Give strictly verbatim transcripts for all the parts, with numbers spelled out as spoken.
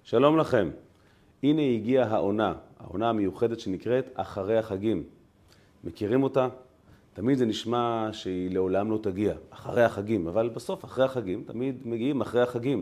שלום לכם. הנה הגיעה העונה, העונה המיוחדת שנקראת אחרי החגים. מכירים אותה? תמיד זה נשמע שהיא לעולם לא תגיע, אחרי החגים, אבל בסוף אחרי החגים תמיד מגיעים אחרי החגים.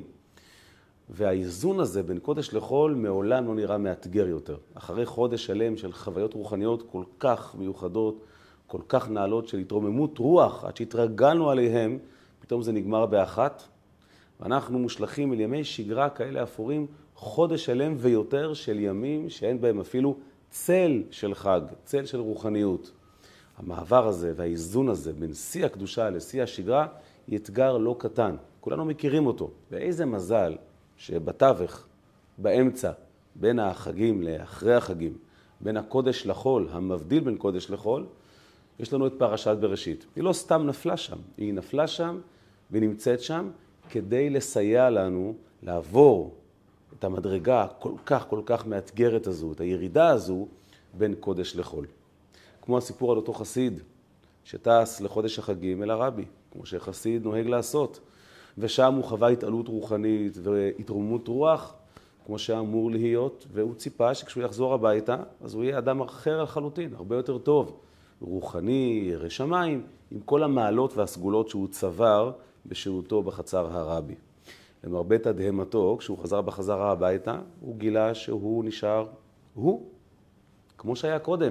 והאיזון הזה בין קודש לחול מעולם לא נראה מאתגר יותר. אחרי חודש שלם של חוויות רוחניות כל כך מיוחדות, כל כך נעלות של התרוממות רוח, עד שהתרגלנו עליהם, פתאום זה נגמר באחת. ואנחנו מושלכים אל ימי שגרה כאלה אפורים, חודש שלם ויותר של ימים שאין בהם אפילו צל של חג, צל של רוחניות. המעבר הזה והאיזון הזה בין שיא הקדושה לשיא השגרה היא אתגר לא קטן. כולנו מכירים אותו. ואיזה מזל שבתווך, באמצע, בין החגים לאחרי החגים, בין הקודש לחול, המבדיל בין קודש לחול, יש לנו את פרשת בראשית. היא לא סתם נפלה שם, היא נפלה שם ונמצאת שם כדי לסייע לנו לעבור את המדרגה הכל כך כל כך מאתגרת הזו, את הירידה הזו בין קודש לחול. כמו הסיפור על אותו חסיד שטס לחודש החגים אל הרבי, כמו שחסיד נוהג לעשות. ושם הוא חווה התעלות רוחנית והתרוממות רוח, כמו שאמור להיות, והוא ציפה שכשהוא יחזור הביתה, אז הוא יהיה אדם אחר לחלוטין, הרבה יותר טוב, רוחני, ירא שמיים, עם כל המעלות והסגולות שהוא צבר בשירותו בחצר הרבי. למרבה תדהמתו, כשהוא חזר בחזרה הביתה, הוא גילה שהוא נשאר הוא, כמו שהיה קודם.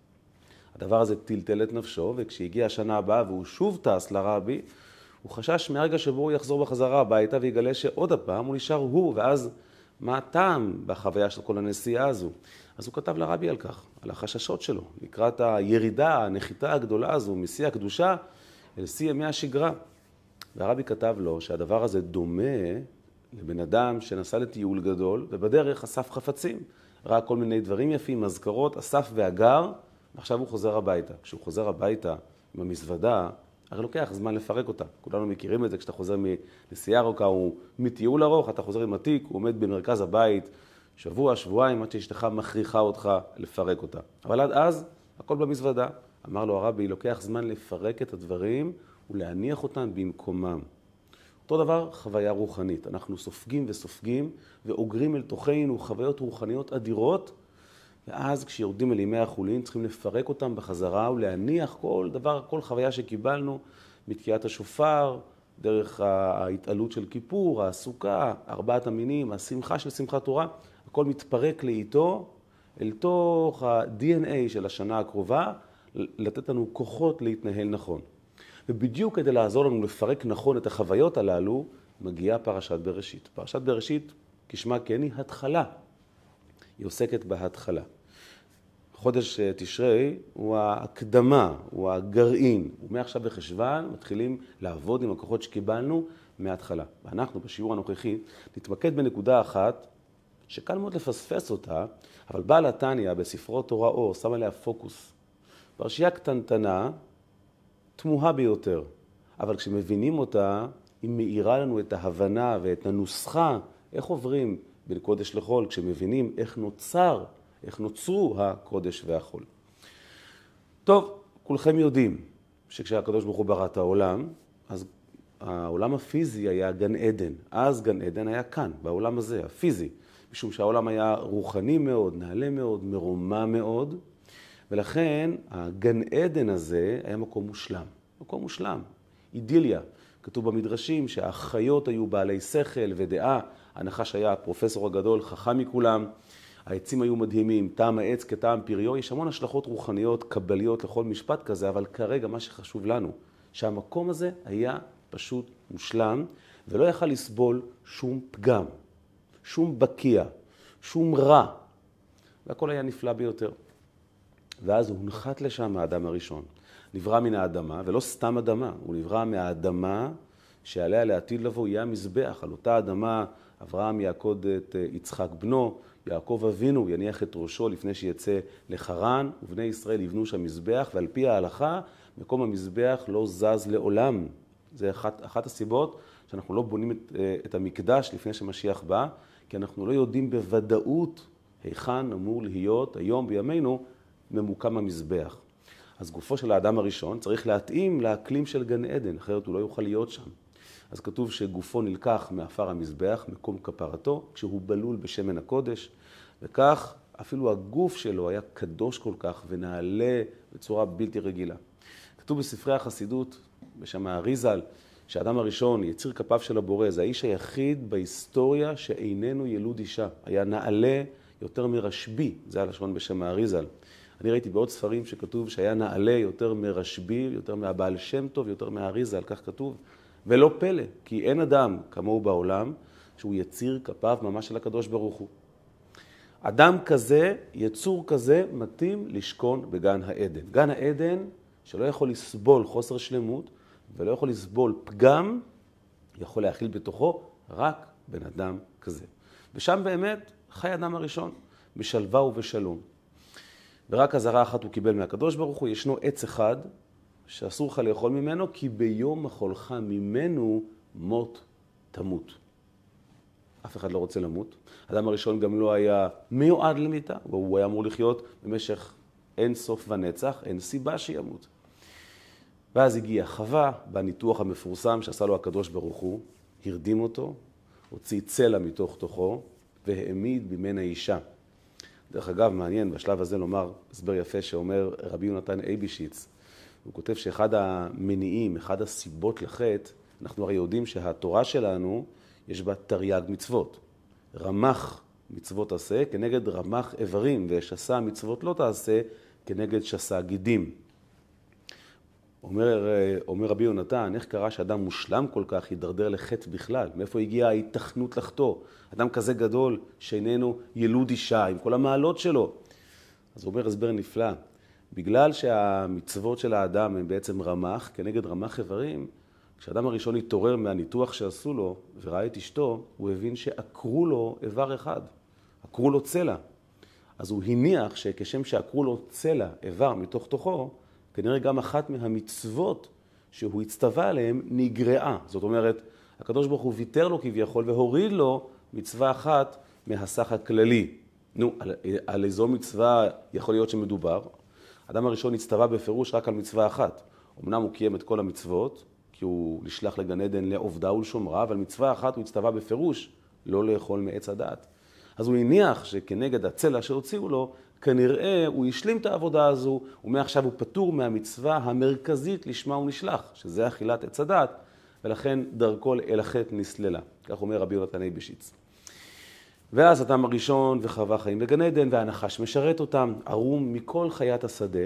הדבר הזה טלטל את נפשו, וכשהגיע השנה הבאה והוא שוב טס לרבי, הוא חשש מהרגע שבו הוא יחזור בחזרה הביתה ויגלה שעוד הפעם הוא נשאר הוא, ואז מה הטעם בחוויה של כל הנסיעה הזו? אז הוא כתב לרבי על כך, על החששות שלו, לקראת הירידה, הנחיתה הגדולה הזו משיא הקדושה אל שיא ימי השגרה. והרבי כתב לו שהדבר הזה דומה לבן אדם שנסע לטיול גדול, ובדרך אסף חפצים, ראה כל מיני דברים יפים, מזכרות, אסף ואגר, ועכשיו הוא חוזר הביתה. כשהוא חוזר הביתה עם המזוודה, הרי לוקח זמן לפרק אותה. כולנו מכירים את זה, כשאתה חוזר מנסיעה ארוכה או מטיול ארוך, אתה חוזר עם התיק, הוא עומד במרכז הבית, שבוע, שבועיים, עד שאשתך מכריחה אותך לפרק אותה. אבל עד אז, הכל במזוודה. אמר לו הרבי, לוקח זמן לפרק את הדברים ולהניח אותם במקומם. אותו דבר, חוויה רוחנית. אנחנו סופגים וסופגים ואוגרים אל תוכנו חוויות רוחניות אדירות, ואז כשיורדים אל ימי החולין צריכים לפרק אותם בחזרה ולהניח כל דבר, כל חוויה שקיבלנו מתקיעת השופר, דרך ההתעלות של כיפור, הסוכה, ארבעת המינים, השמחה של שמחת תורה, הכל מתפרק לאיתו אל תוך ה-די אן איי של השנה הקרובה, לתת לנו כוחות להתנהל נכון. ובדיוק כדי לעזור לנו לפרק נכון את החוויות הללו, מגיעה פרשת בראשית. פרשת בראשית, כשמה כן היא התחלה. היא עוסקת בהתחלה. חודש תשרי הוא ההקדמה, הוא הגרעין. ומעכשיו בחשוון מתחילים לעבוד עם הכוחות שקיבלנו מההתחלה. ואנחנו בשיעור הנוכחי נתמקד בנקודה אחת שקל מאוד לפספס אותה, אבל בעל התניא בספרו תורה אור שם עליה פוקוס. פרשייה קטנטנה, תמוהה ביותר, אבל כשמבינים אותה, היא מאירה לנו את ההבנה ואת הנוסחה, איך עוברים בין קודש לחול, כשמבינים איך נוצר, איך נוצרו הקודש והחול. טוב, כולכם יודעים שכשהקדוש ברוך הוא ברא את העולם, אז העולם הפיזי היה גן עדן. אז גן עדן היה כאן, בעולם הזה, הפיזי. משום שהעולם היה רוחני מאוד, נעלה מאוד, מרומם מאוד, ולכן הגן עדן הזה היה מקום מושלם. מקום מושלם, אידיליה. כתוב במדרשים שהחיות היו בעלי שכל ודעה, הנחש היה הפרופסור הגדול, חכם מכולם, העצים היו מדהימים, טעם העץ כטעם פריו, יש המון השלכות רוחניות, קבליות לכל משפט כזה, אבל כרגע מה שחשוב לנו, שהמקום הזה היה פשוט מושלם, ולא יכל לסבול שום פגם, שום בקיע, שום רע, והכל היה נפלא ביותר. ואז הוא הונחת לשם האדם הראשון. נברא מן האדמה, ולא סתם אדמה, הוא נברא מהאדמה שעליה לעתיד לבוא יהיה המזבח. על אותה אדמה אברהם יעקוד את יצחק בנו, יעקב אבינו יניח את ראשו לפני שיצא לחרן, ובני ישראל יבנו שם מזבח, ועל פי ההלכה מקום המזבח לא זז לעולם. זה אחת, אחת הסיבות שאנחנו לא בונים את, את המקדש לפני שמשיח בא, כי אנחנו לא יודעים בוודאות היכן אמור להיות היום בימינו ממוקם המזבח. אז גופו של האדם הראשון צריך להתאים לאקלים של גן עדן, אחרת הוא לא יוכל להיות שם. אז כתוב שגופו נלקח מאפר המזבח, מקום כפרתו, כשהוא בלול בשמן הקודש, וכך אפילו הגוף שלו היה קדוש כל כך ונעלה בצורה בלתי רגילה. כתוב בספרי החסידות, בשם האריזל, שהאדם הראשון, יציר כפיו של הבורא, זה האיש היחיד בהיסטוריה שאיננו ילוד אישה. היה נעלה יותר מרשבי, זה הלשון בשם האריזל. אני ראיתי בעוד ספרים שכתוב שהיה נעלה יותר מרשבי, יותר מהבעל שם טוב, יותר מהאריזל, כך כתוב. ולא פלא, כי אין אדם כמוהו בעולם שהוא יציר כפיו ממש של הקדוש ברוך הוא. אדם כזה, יצור כזה, מתאים לשכון בגן העדן. גן העדן שלא יכול לסבול חוסר שלמות ולא יכול לסבול פגם, יכול להכיל בתוכו רק בן אדם כזה. ושם באמת חי אדם הראשון, בשלווה ובשלום. ורק הזרה אחת הוא קיבל מהקדוש ברוך הוא, ישנו עץ אחד שאסור לך לאכול ממנו, כי ביום אכולך ממנו מות תמות. אף אחד לא רוצה למות. האדם הראשון גם לא היה מיועד למיתה, והוא היה אמור לחיות במשך אין סוף ונצח, אין סיבה שימות. ואז הגיע חווה, בניתוח המפורסם שעשה לו הקדוש ברוך הוא, הרדים אותו, הוציא צלע מתוך תוכו, והעמיד במנה אישה. דרך אגב, מעניין בשלב הזה לומר הסבר יפה שאומר רבי יונתן אייבשיץ. הוא כותב שאחד המניעים, אחד הסיבות לחטא, אנחנו הרי יודעים שהתורה שלנו יש בה תרי"ג מצוות. רמ"ח מצוות עשה כנגד רמ"ח איברים, ושס"ה מצוות לא תעשה כנגד שס"ה גידים. אומר, אומר רבי יונתן, איך קרה שאדם מושלם כל כך יידרדר לחטא בכלל? מאיפה הגיעה ההיתכנות לחטוא? אדם כזה גדול שאיננו ילוד אישה עם כל המעלות שלו. אז הוא אומר הסבר נפלא. בגלל שהמצוות של האדם הם בעצם רמ"ח כנגד רמ"ח איברים, כשאדם הראשון התעורר מהניתוח שעשו לו וראה את אשתו, הוא הבין שעקרו לו איבר אחד, עקרו לו צלע. אז הוא הניח שכשם שעקרו לו צלע, איבר מתוך תוכו, כנראה גם אחת מהמצוות שהוא הצטווה עליהן נגרעה. זאת אומרת, הקדוש ברוך הוא ויתר לו כביכול והוריד לו מצווה אחת מהסך הכללי. נו, על, על איזו מצווה יכול להיות שמדובר? האדם הראשון הצטווה בפירוש רק על מצווה אחת. אמנם הוא קיים את כל המצוות, כי הוא נשלח לגן עדן לעובדה ולשומרה, אבל מצווה אחת הוא הצטווה בפירוש, לא לאכול מעץ הדעת. אז הוא הניח שכנגד הצלע שהוציאו לו, כנראה הוא השלים את העבודה הזו, ומעכשיו הוא פטור מהמצווה המרכזית לשמה הוא נשלח, שזה אכילת עץ הדעת, ולכן דרכו אל החטא נסללה. כך אומר רבי יונתן אייבשיץ. ואז אדם הראשון וחווה חיים בגן עדן, והנחש משרת אותם, ערום מכל חיית השדה,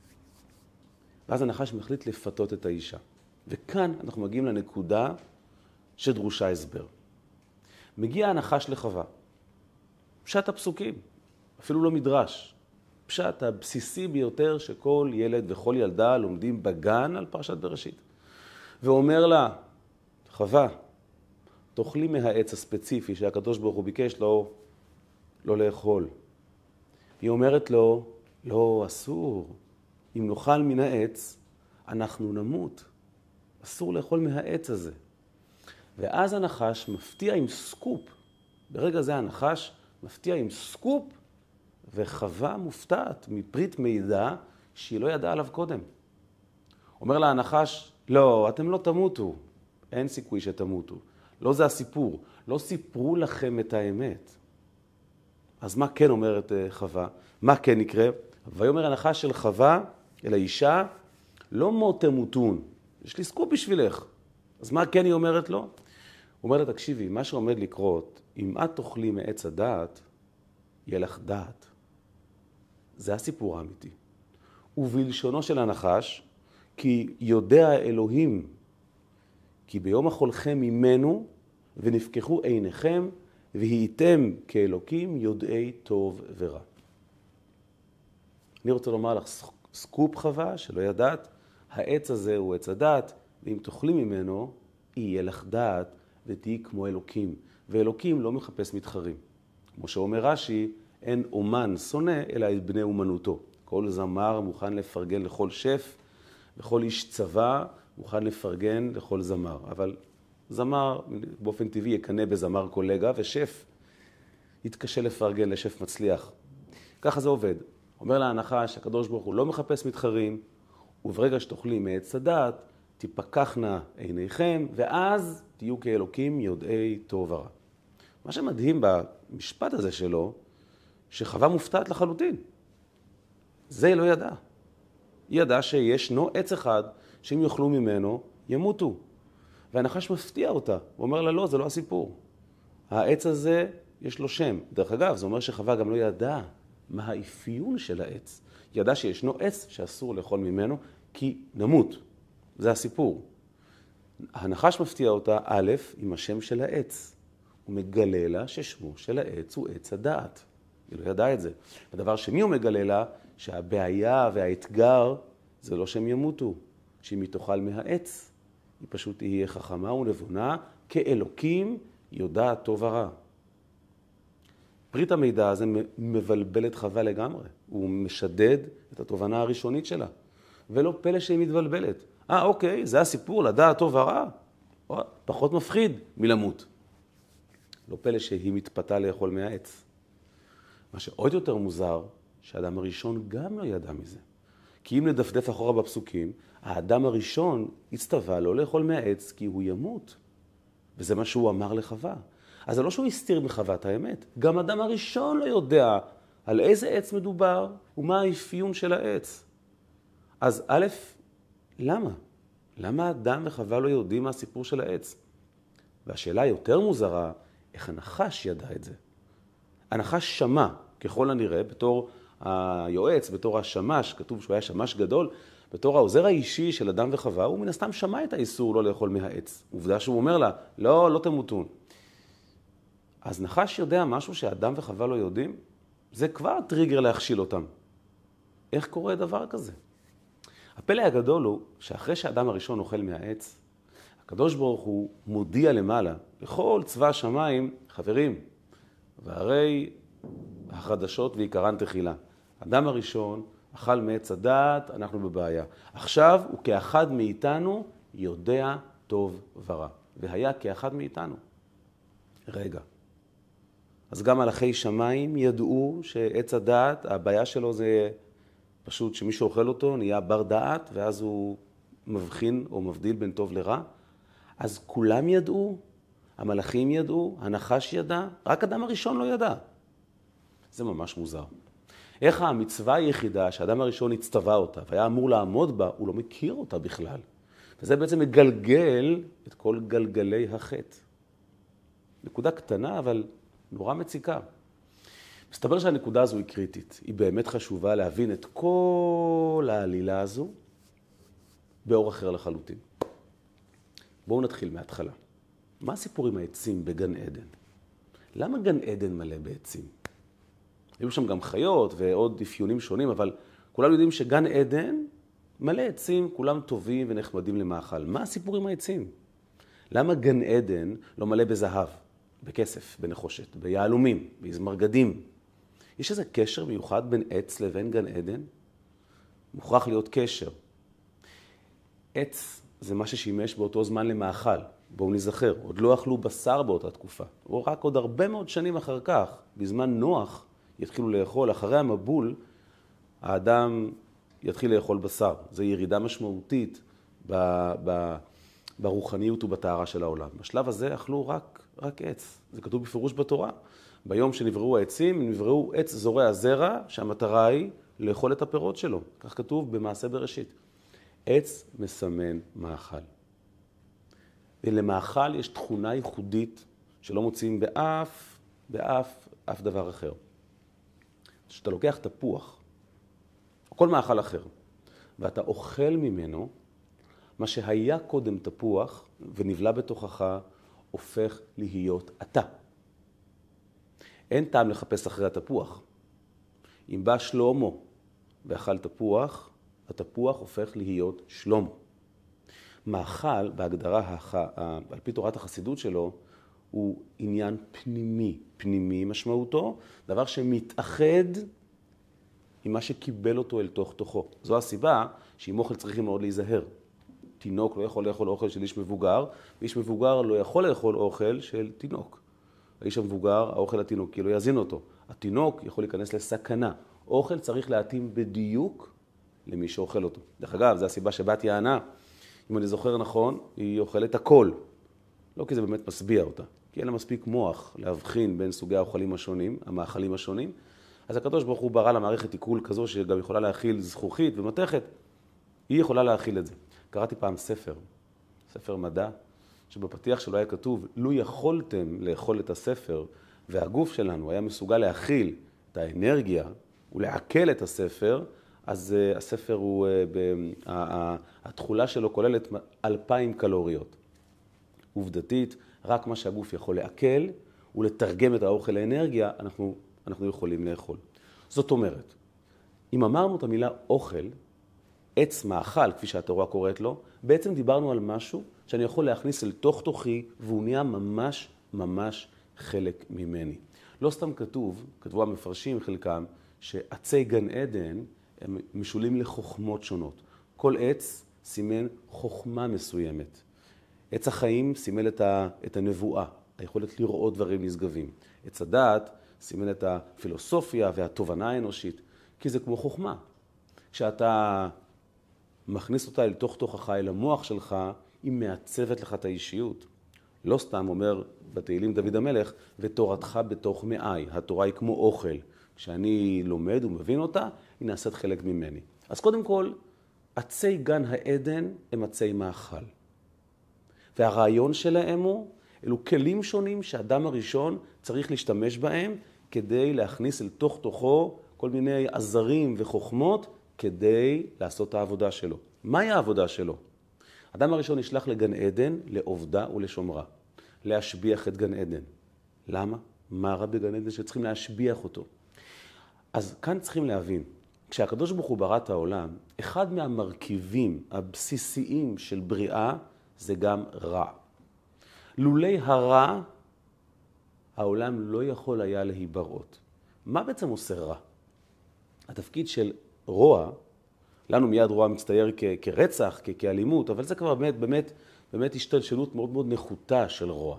ואז הנחש מחליט לפתות את האישה. וכאן אנחנו מגיעים לנקודה שדרושה הסבר. מגיע הנחש לחווה. פשט הפסוקים, אפילו לא מדרש. פשט הבסיסי ביותר שכל ילד וכל ילדה לומדים בגן על פרשת בראשית. ואומר לה, חווה, תאכלי מהעץ הספציפי שהקדוש ברוך הוא ביקש לו לא לאכול. היא אומרת לו, לא, אסור. אם נאכל מן העץ, אנחנו נמות. אסור לאכול מהעץ הזה. ואז הנחש מפתיע עם סקופ. ברגע זה הנחש מפתיע עם סקופ, וחווה מופתעת מפריט מידע שהיא לא ידעה עליו קודם. אומר לה הנחש, לא, אתם לא תמותו. אין סיכוי שתמותו. לא זה הסיפור. לא סיפרו לכם את האמת. אז מה כן אומרת חווה? מה כן יקרה? ויאמר הנחש של חווה אל האישה, לא מות תמותון. יש לי סקופ בשבילך. אז מה כן היא אומרת לו? הוא אומר לה, תקשיבי, מה שעומד לקרות, אם את תאכלי מעץ הדעת, יהיה לך דעת. זה הסיפור האמיתי. ובלשונו של הנחש, כי יודע אלוהים, כי ביום אכולכם ממנו, ונפקחו עיניכם, והייתם כאלוקים יודעי טוב ורע. אני רוצה לומר לך, סקופ חווה שלא ידעת, העץ הזה הוא עץ הדעת, ואם תאכלי ממנו, יהיה לך דעת ותהי כמו אלוקים. ואלוקים לא מחפש מתחרים. כמו שאומר רש"י, אין אומן שונא אלא את בני אומנותו. כל זמר מוכן לפרגן לכל שף, וכל איש צבא מוכן לפרגן לכל זמר. אבל זמר באופן טבעי יקנה בזמר קולגה, ושף יתקשה לפרגן לשף מצליח. ככה זה עובד. אומר להנחש, הקדוש ברוך הוא לא מחפש מתחרים, וברגע שתאכלי מעץ הדעת, תיפקחנה עיניכם, ואז תהיו כאלוקים יודעי טוב ורע. מה שמדהים במשפט הזה שלו, שחווה מופתעת לחלוטין. זה היא לא ידעה. היא ידעה שישנו עץ אחד, שאם יאכלו ממנו, ימותו. והנחש מפתיע אותה. הוא אומר לה, לא, זה לא הסיפור. העץ הזה, יש לו שם. דרך אגב, זה אומר שחווה גם לא ידעה מה האפיון של העץ. היא ידעה שישנו עץ שאסור לאכול ממנו, כי נמות. זה הסיפור. הנחש מפתיע אותה, א', עם השם של העץ. הוא מגלה לה ששמו של העץ הוא עץ הדעת. היא לא ידעה את זה. הדבר שמי הוא מגלה לה, שהבעיה והאתגר זה לא שהם ימותו. שאם היא תאכל מהעץ, היא פשוט תהיה חכמה ונבונה, כאלוקים יודעת טוב ורע. פריט המידע הזה מבלבל את חווה לגמרי. הוא משדד את התובנה הראשונית שלה. ולא פלא שהיא מתבלבלת. אה, אוקיי, זה הסיפור, לדעת טוב ורע. פחות מפחיד מלמות. לא פלא שהיא מתפתה לאכול מהעץ. מה שעוד יותר מוזר, שהאדם הראשון גם לא ידע מזה. כי אם נדפדף אחורה בפסוקים, האדם הראשון הצטווה לא לאכול מהעץ כי הוא ימות. וזה מה שהוא אמר לחווה. אז זה לא שהוא הסתיר מחווה את האמת. גם האדם הראשון לא יודע על איזה עץ מדובר ומה האפיון של העץ. אז א', למה? למה האדם וחווה לא יודעים מה הסיפור של העץ? והשאלה היותר מוזרה, איך הנחש ידע את זה? הנחש שמע, ככל הנראה, בתור היועץ, בתור השמש, כתוב שהוא היה שמש גדול, בתור העוזר האישי של אדם וחווה, הוא מן הסתם שמע את האיסור לא לאכול מהעץ. עובדה שהוא אומר לה, לא, לא תמותון. אז נחש יודע משהו שאדם וחווה לא יודעים? זה כבר טריגר להכשיל אותם. איך קורה דבר כזה? הפלא הגדול הוא שאחרי שהאדם הראשון אוכל מהעץ, הקדוש ברוך הוא מודיע למעלה, לכל צבא השמיים, חברים, והרי החדשות ועיקרן תחילה. האדם הראשון אכל מעץ הדעת, אנחנו בבעיה. עכשיו הוא כאחד מאיתנו יודע טוב ורע. והיה כאחד מאיתנו. רגע. אז גם מלאכי שמיים ידעו שעץ הדעת, הבעיה שלו זה פשוט שמי שאוכל אותו נהיה בר דעת, ואז הוא מבחין או מבדיל בין טוב לרע. אז כולם ידעו, המלאכים ידעו, הנחש ידע, רק אדם הראשון לא ידע. זה ממש מוזר. איך המצווה היחידה שהאדם הראשון הצטווה אותה, והיה אמור לעמוד בה, הוא לא מכיר אותה בכלל. וזה בעצם מגלגל את כל גלגלי החטא. נקודה קטנה, אבל נורא מציקה. מסתבר שהנקודה הזו היא קריטית. היא באמת חשובה להבין את כל העלילה הזו באור אחר לחלוטין. בואו נתחיל מההתחלה. מה הסיפור עם העצים בגן עדן? למה גן עדן מלא בעצים? היו שם גם חיות ועוד אפיונים שונים, אבל כולם יודעים שגן עדן מלא עצים, כולם טובים ונחמדים למאכל. מה הסיפור עם העצים? למה גן עדן לא מלא בזהב, בכסף, בנחושת, ביעלומים, בהזמרגדים? יש איזה קשר מיוחד בין עץ לבין גן עדן? מוכרח להיות קשר. עץ זה מה ששימש באותו זמן למאכל. בואו נזכר, עוד לא אכלו בשר באותה תקופה. או רק עוד הרבה מאוד שנים אחר כך, בזמן נוח, יתחילו לאכול. אחרי המבול, האדם יתחיל לאכול בשר. זו ירידה משמעותית ב, ב, ברוחניות ובטהרה של העולם. בשלב הזה אכלו רק, רק עץ. זה כתוב בפירוש בתורה. ביום שנבראו העצים, נבראו עץ זורע הזרע, שהמטרה היא לאכול את הפירות שלו. כך כתוב במעשה בראשית. עץ מסמן מאכל. ולמאכל יש תכונה ייחודית שלא מוצאים באף, באף, אף דבר אחר. שאתה לוקח תפוח, או כל מאכל אחר, ואתה אוכל ממנו, מה שהיה קודם תפוח ונבלה בתוכך, הופך להיות אתה. אין טעם לחפש אחרי התפוח. אם בא שלמה ואכל תפוח, התפוח הופך להיות שלמה. מאכל, בהגדרה, על פי תורת החסידות שלו, הוא עניין פנימי. פנימי משמעותו, דבר שמתאחד עם מה שקיבל אותו אל תוך תוכו. זו הסיבה שעם אוכל צריכים מאוד להיזהר. תינוק לא יכול לאכול אוכל של איש מבוגר, ואיש מבוגר לא יכול לאכול אוכל של תינוק. האיש המבוגר, האוכל התינוקי לא יזין אותו. התינוק יכול להיכנס לסכנה. אוכל צריך להתאים בדיוק למי שאוכל אותו. דרך אגב, זו הסיבה שבת יענה. אם אני זוכר נכון, היא אוכלת הכל. לא כי זה באמת משביע אותה, כי אין לה מספיק מוח להבחין בין סוגי האוכלים השונים, המאכלים השונים. אז הקדוש ברוך הוא ברא למערכת עיכול כזו שגם יכולה להכיל זכוכית ומתכת. היא יכולה להכיל את זה. קראתי פעם ספר, ספר מדע, שבפתיח שלו היה כתוב, לו יכולתם לאכול את הספר, והגוף שלנו היה מסוגל להכיל את האנרגיה ולעכל את הספר, אז uh, הספר הוא, uh, ב- uh, uh, התכולה שלו כוללת אלפיים קלוריות. עובדתית, רק מה שהגוף יכול לעכל ולתרגם את האוכל לאנרגיה, אנחנו, אנחנו יכולים לאכול. זאת אומרת, אם אמרנו את המילה אוכל, עץ מאכל, כפי שהתורה קוראת לו, בעצם דיברנו על משהו שאני יכול להכניס אל תוך תוכי, והוא נהיה ממש ממש חלק ממני. לא סתם כתוב, כתבו המפרשים חלקם, שעצי גן עדן הם משולים לחוכמות שונות. כל עץ סימן חוכמה מסוימת. עץ החיים סימל את, ה, את הנבואה, היכולת לראות דברים נשגבים. עץ הדעת סימן את הפילוסופיה והתובנה האנושית, כי זה כמו חוכמה. כשאתה מכניס אותה אל תוך תוכך, אל המוח שלך, היא מעצבת לך את האישיות. לא סתם אומר בתהילים דוד המלך, ותורתך בתוך מעי. התורה היא כמו אוכל. כשאני לומד ומבין אותה, היא נעשית חלק ממני. אז קודם כל, עצי גן העדן הם עצי מאכל. והרעיון שלהם הוא, אלו כלים שונים שהאדם הראשון צריך להשתמש בהם, כדי להכניס אל תוך תוכו כל מיני עזרים וחוכמות, כדי לעשות את העבודה שלו. מהי העבודה שלו? האדם הראשון נשלח לגן עדן, לעובדה ולשומרה. להשביח את גן עדן. למה? מה רע בגן עדן שצריכים להשביח אותו? אז כאן צריכים להבין, כשהקדוש ברוך הוא ברא את העולם, אחד מהמרכיבים הבסיסיים של בריאה זה גם רע. לולי הרע, העולם לא יכול היה להיבראות. מה בעצם עושה רע? התפקיד של רוע, לנו מיד רוע מצטייר כ- כרצח, כ- כאלימות, אבל זה כבר באמת, באמת, באמת השתלשלות מאוד מאוד נחותה של רוע.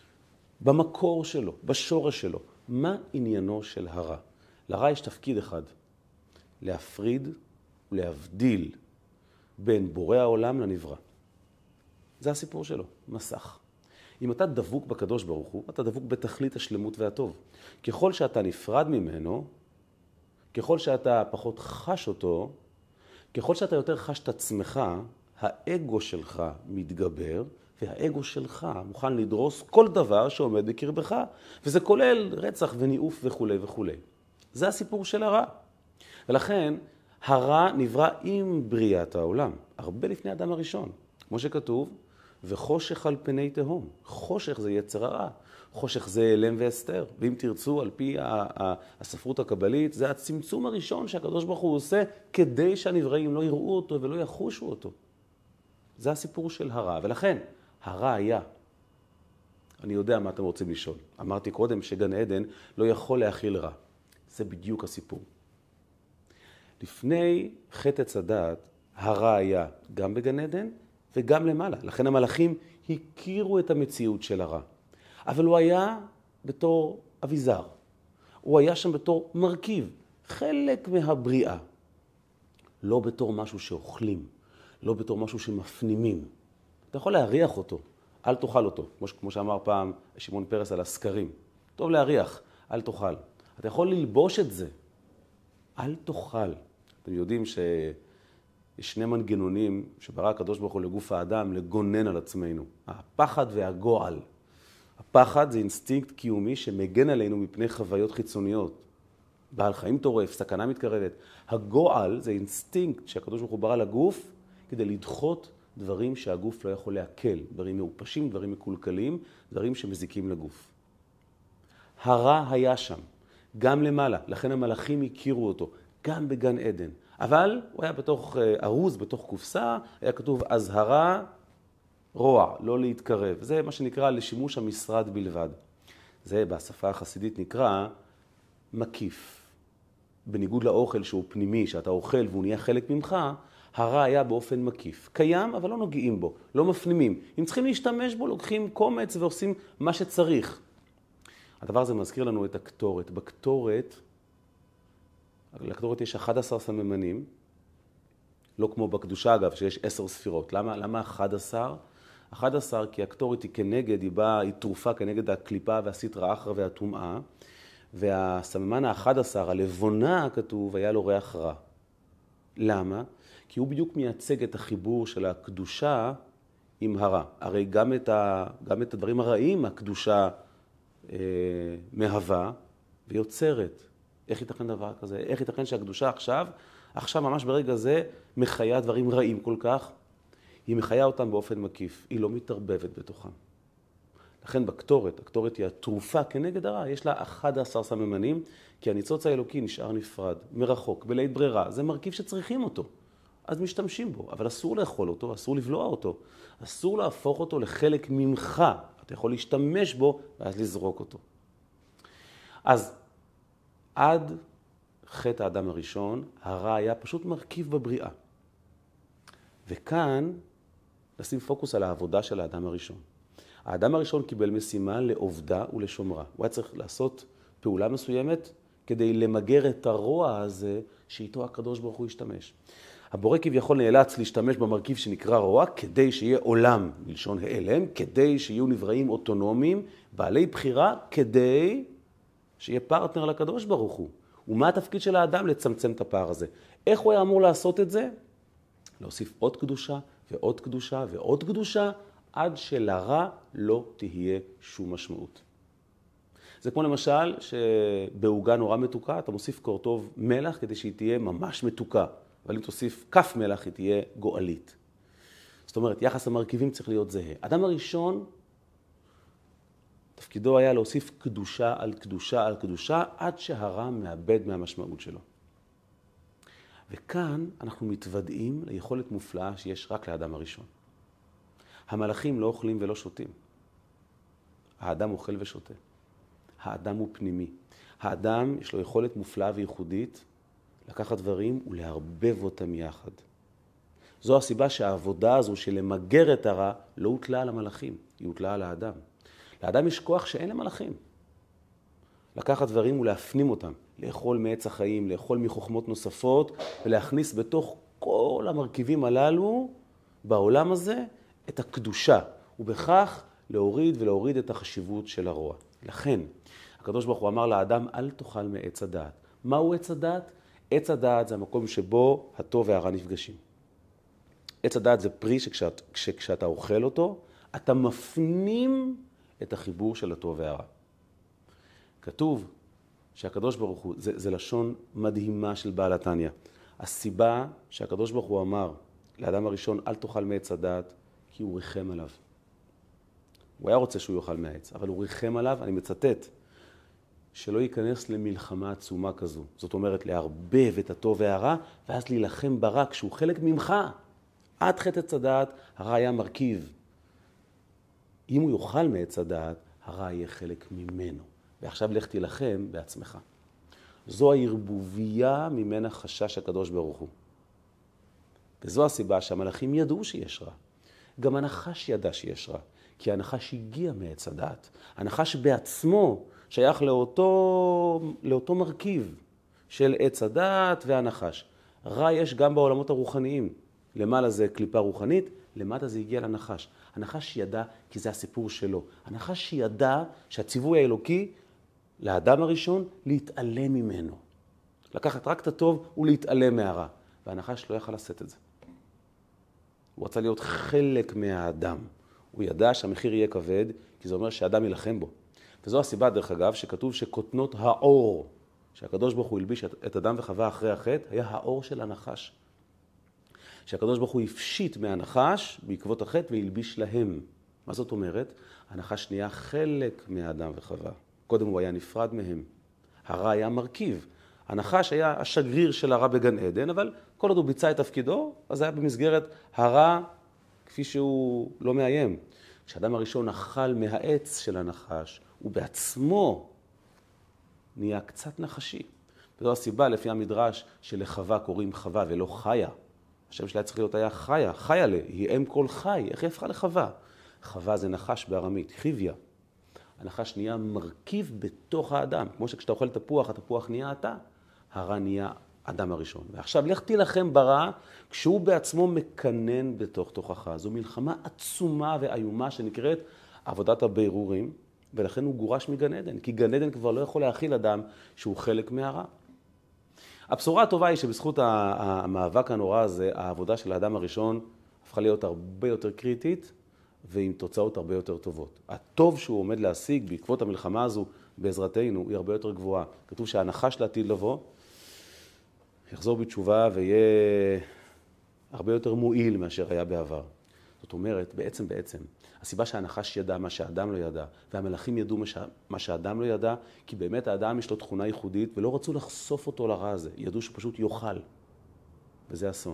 במקור שלו, בשורש שלו, מה עניינו של הרע? לרע יש תפקיד אחד, להפריד ולהבדיל בין בורא העולם לנברא. זה הסיפור שלו, מסך. אם אתה דבוק בקדוש ברוך הוא, אתה דבוק בתכלית השלמות והטוב. ככל שאתה נפרד ממנו, ככל שאתה פחות חש אותו, ככל שאתה יותר חש את עצמך, האגו שלך מתגבר, והאגו שלך מוכן לדרוס כל דבר שעומד בקרבך, וזה כולל רצח וניאוף וכו' וכו'. זה הסיפור של הרע. ולכן, הרע נברא עם בריאת העולם, הרבה לפני האדם הראשון. כמו שכתוב, וחושך על פני תהום. חושך זה יצר הרע. חושך זה אלם ואסתר. ואם תרצו, על פי הספרות הקבלית, זה הצמצום הראשון שהקדוש ברוך הוא עושה, כדי שהנבראים לא יראו אותו ולא יחושו אותו. זה הסיפור של הרע. ולכן, הרע היה. אני יודע מה אתם רוצים לשאול. אמרתי קודם שגן עדן לא יכול להכיל רע. זה בדיוק הסיפור. לפני חטא עץ הדעת, הרע היה גם בגן עדן וגם למעלה. לכן המלאכים הכירו את המציאות של הרע. אבל הוא היה בתור אביזר. הוא היה שם בתור מרכיב, חלק מהבריאה. לא בתור משהו שאוכלים, לא בתור משהו שמפנימים. אתה יכול להריח אותו, אל תאכל אותו. כמו, כמו שאמר פעם שמעון פרס על הסקרים. טוב להריח, אל תאכל. אתה יכול ללבוש את זה, אל תאכל. אתם יודעים שיש שני מנגנונים שברא הקדוש ברוך הוא לגוף האדם לגונן על עצמנו. הפחד והגועל. הפחד זה אינסטינקט קיומי שמגן עלינו מפני חוויות חיצוניות. בעל חיים טורף, סכנה מתקרבת. הגועל זה אינסטינקט שהקדוש ברוך הוא ברא לגוף כדי לדחות דברים שהגוף לא יכול להקל. דברים מעופשים, דברים מקולקלים, דברים שמזיקים לגוף. הרע היה שם, גם למעלה. לכן המלאכים הכירו אותו, גם בגן עדן. אבל הוא היה בתוך ארוז, בתוך קופסה, היה כתוב אזהרה, רוע, לא להתקרב. זה מה שנקרא לשימוש המשרד בלבד. זה בשפה החסידית נקרא מקיף. בניגוד לאוכל שהוא פנימי, שאתה אוכל והוא נהיה חלק ממך, הרע היה באופן מקיף. קיים, אבל לא נוגעים בו, לא מפנימים. אם צריכים להשתמש בו, לוקחים קומץ ועושים מה שצריך. הדבר הזה מזכיר לנו את הקטורת. בקטורת, לקטורת יש אחד עשר סממנים, לא כמו בקדושה אגב, שיש עשר ספירות. למה? למה אחד עשר? אחד עשר כי הקטורת היא כנגד, היא באה, היא תרופה כנגד הקליפה והסטרא אחרא והטומאה, והסממן האחד עשר, הלבונה כתוב, היה לו ריח רע. למה? כי הוא בדיוק מייצג את החיבור של הקדושה עם הרע. הרי גם את, ה, גם את הדברים הרעים הקדושה אה, מהווה ויוצרת. איך ייתכן דבר כזה? איך ייתכן שהקדושה עכשיו, עכשיו ממש ברגע זה, מחיה דברים רעים כל כך? היא מחיה אותם באופן מקיף, היא לא מתערבבת בתוכם. לכן בקטורת, הקטורת היא התרופה כנגד הרע, יש לה אחד עשר סממנים, כי הניצוץ האלוקי נשאר נפרד, מרחוק, בלית ברירה, זה מרכיב שצריכים אותו. אז משתמשים בו, אבל אסור לאכול אותו, אסור לבלוע אותו, אסור להפוך אותו לחלק ממך. אתה יכול להשתמש בו ואז לזרוק אותו. אז עד חטא האדם הראשון, הרע היה פשוט מרכיב בבריאה. וכאן נשים פוקוס על העבודה של האדם הראשון. האדם הראשון קיבל משימה לעובדה ולשומרה. הוא היה צריך לעשות פעולה מסוימת כדי למגר את הרוע הזה שאיתו הקדוש ברוך הוא ישתמש. הבורא כביכול נאלץ להשתמש במרכיב שנקרא רוע כדי שיהיה עולם, מלשון העלם, כדי שיהיו נבראים אוטונומיים, בעלי בחירה, כדי שיהיה פרטנר לקדוש ברוך הוא. ומה התפקיד של האדם? לצמצם את הפער הזה. איך הוא היה אמור לעשות את זה? להוסיף עוד קדושה ועוד קדושה ועוד קדושה, עד שלרע לא תהיה שום משמעות. זה כמו למשל שבעוגה נורא מתוקה, אתה מוסיף קורטוב מלח כדי שהיא תהיה ממש מתוקה. אבל אם תוסיף כף מלח, היא תהיה גואלית. זאת אומרת, יחס המרכיבים צריך להיות זהה. אדם הראשון, תפקידו היה להוסיף קדושה על קדושה על קדושה, עד שהרע מאבד מהמשמעות שלו. וכאן אנחנו מתוודעים ליכולת מופלאה שיש רק לאדם הראשון. המלאכים לא אוכלים ולא שותים. האדם אוכל ושותה. האדם הוא פנימי. האדם יש לו יכולת מופלאה וייחודית לקחת דברים ולהרבב אותם יחד. זו הסיבה שהעבודה הזו של למגר את הרע לא הוטלה על המלאכים, היא הוטלה על האדם. לאדם יש כוח שאין למלאכים. לקחת דברים ולהפנים אותם, לאכול מעץ החיים, לאכול מחוכמות נוספות, ולהכניס בתוך כל המרכיבים הללו בעולם הזה את הקדושה, ובכך להוריד ולהוריד את החשיבות של הרוע. לכן, הקדוש ברוך הוא אמר לאדם, אל תאכל מעץ הדעת. מהו עץ הדעת? עץ הדעת זה המקום שבו הטוב והרע נפגשים. עץ הדעת זה פרי שכשאת, שכשאתה אוכל אותו, אתה מפנים את החיבור של הטוב והרע. כתוב שהקדוש ברוך הוא, זה, זה לשון מדהימה של בעל התניא. הסיבה שהקדוש ברוך הוא אמר לאדם הראשון, אל תאכל מעץ הדעת, כי הוא ריחם עליו. הוא היה רוצה שהוא יאכל מהעץ, אבל הוא ריחם עליו, אני מצטט, שלא ייכנס למלחמה עצומה כזו. זאת אומרת, להרבב את הטוב והרע, ואז להילחם ברע כשהוא חלק ממך. עד חטא עץ הדעת, הרע היה מרכיב. אם הוא יאכל מעץ הדעת, הרע יהיה חלק ממנו. ועכשיו לך תילחם בעצמך. זו הערבוביה ממנה חשש הקדוש ברוך הוא. וזו הסיבה שהמלאכים ידעו שיש רע. גם הנחש ידע שיש רע, כי הנחש הגיע מעץ הדעת. הנחש בעצמו שייך לאותו, לאותו מרכיב של עץ הדעת והנחש. רע יש גם בעולמות הרוחניים. למעלה זה קליפה רוחנית, למטה זה הגיע לנחש. הנחש ידע כי זה הסיפור שלו. הנחש ידע שהציווי האלוקי לאדם הראשון להתעלם ממנו. לקחת רק את הטוב ולהתעלם מהרע. והנחש לא יכל לשאת את זה. הוא רצה להיות חלק מהאדם. הוא ידע שהמחיר יהיה כבד, כי זה אומר שהאדם ילחם בו. וזו הסיבה, דרך אגב, שכתוב שקוטנות האור, שהקדוש ברוך הוא הלביש את אדם וחווה אחרי החטא, היה האור של הנחש. שהקדוש ברוך הוא הפשיט מהנחש בעקבות החטא והלביש להם. מה זאת אומרת? הנחש נהיה חלק מהאדם וחווה. קודם הוא היה נפרד מהם. הרע היה מרכיב. הנחש היה השגריר של הרע בגן עדן, אבל כל עוד הוא ביצע את תפקידו, אז היה במסגרת הרע כפי שהוא לא מאיים. כשאדם הראשון אכל מהעץ של הנחש, הוא בעצמו נהיה קצת נחשי. וזו הסיבה לפי המדרש שלחווה קוראים חווה ולא חיה. השם שלה צריך להיות היה חיה, חיה לה, היא אם כל חי, איך היא הפכה לחווה? חווה זה נחש בארמית, חיביה. הנחש נהיה מרכיב בתוך האדם, כמו שכשאתה אוכל תפוח, התפוח נהיה אתה, הרע נהיה האדם הראשון. ועכשיו לך תילחם ברע כשהוא בעצמו מקנן בתוך תוכך. זו מלחמה עצומה ואיומה שנקראת עבודת הבירורים, ולכן הוא גורש מגן עדן, כי גן עדן כבר לא יכול להכיל אדם שהוא חלק מהרע. הבשורה הטובה היא שבזכות המאבק הנורא הזה, העבודה של האדם הראשון הפכה להיות הרבה יותר קריטית, ועם תוצאות הרבה יותר טובות. הטוב שהוא עומד להשיג בעקבות המלחמה הזו בעזרתנו היא הרבה יותר גבוהה. כתוב שהנחש לעתיד לבוא, יחזור בתשובה ויהיה הרבה יותר מועיל מאשר היה בעבר. זאת אומרת, בעצם בעצם, הסיבה שהנחש ידע מה שהאדם לא ידע, והמלאכים ידעו מה שהאדם לא ידע, כי באמת האדם יש לו תכונה ייחודית, ולא רצו לחשוף אותו לרע הזה. ידעו שפשוט יאכל. וזה אסון.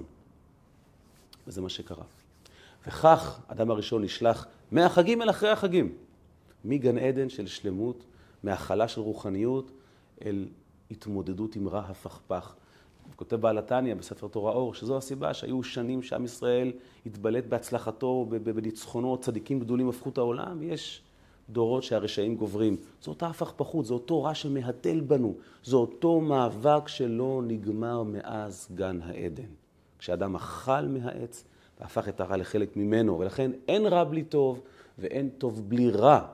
וזה מה שקרה. וכך, האדם הראשון נשלח מהחגים אל אחרי החגים. מגן עדן של שלמות, מהחלה של רוחניות, אל התמודדות עם רע הפכפך. כותב בעל התניא בספר תורה אור, שזו הסיבה שהיו שנים שעם ישראל התבלט בהצלחתו, בניצחונו, צדיקים גדולים הפכו את העולם, ויש דורות שהרשעים גוברים. זו אותה הפכפכות, זו אותו רע שמהתל בנו, זו אותו מאבק שלא נגמר מאז גן העדן. כשאדם אכל מהעץ והפך את הרע לחלק ממנו, ולכן אין רע בלי טוב ואין טוב בלי רע.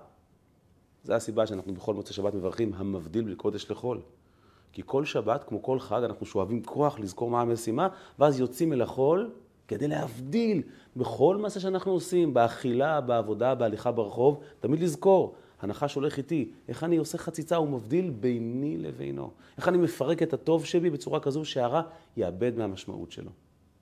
זו הסיבה שאנחנו בכל מוצאי שבת מברכים המבדיל בין קודש לחול. כי כל שבת, כמו כל חג, אנחנו שואבים כוח לזכור מה המשימה, ואז יוצאים אל החול כדי להבדיל בכל מעשה שאנחנו עושים, באכילה, בעבודה, בהליכה ברחוב, תמיד לזכור, הנחש הולך איתי, איך אני עושה חציצה ומבדיל ביני לבינו. איך אני מפרק את הטוב שבי בצורה כזו שהרע יאבד מהמשמעות שלו.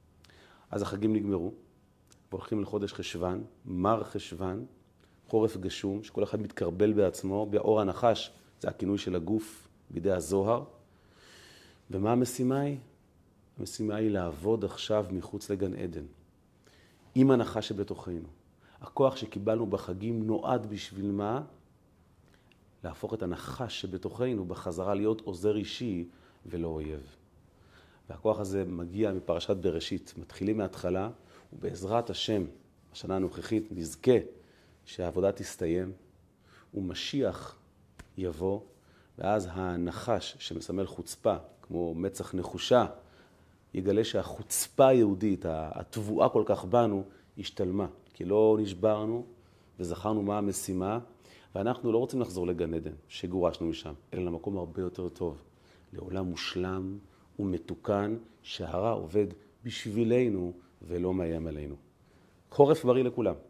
אז החגים נגמרו, והולכים לחודש חשוון, מר חשוון, חורף גשום, שכל אחד מתקרבל בעצמו, באור הנחש, זה הכינוי של הגוף בידי הזוהר. ומה המשימה היא? המשימה היא לעבוד עכשיו מחוץ לגן עדן, עם הנחש שבתוכנו. הכוח שקיבלנו בחגים נועד בשביל מה? להפוך את הנחש שבתוכנו בחזרה להיות עוזר אישי ולא אויב. והכוח הזה מגיע מפרשת בראשית, מתחילים מההתחלה, ובעזרת השם, השנה הנוכחית, נזכה שהעבודה תסתיים, ומשיח יבוא, ואז הנחש שמסמל חוצפה, כמו מצח נחושה, יגלה שהחוצפה היהודית, התבואה כל כך בנו, השתלמה. כי לא נשברנו וזכרנו מה המשימה, ואנחנו לא רוצים לחזור לגן עדן, שגורשנו משם, אלא למקום הרבה יותר טוב, לעולם מושלם ומתוקן, שהרע עובד בשבילנו ולא מאיים עלינו. חורף בריא לכולם.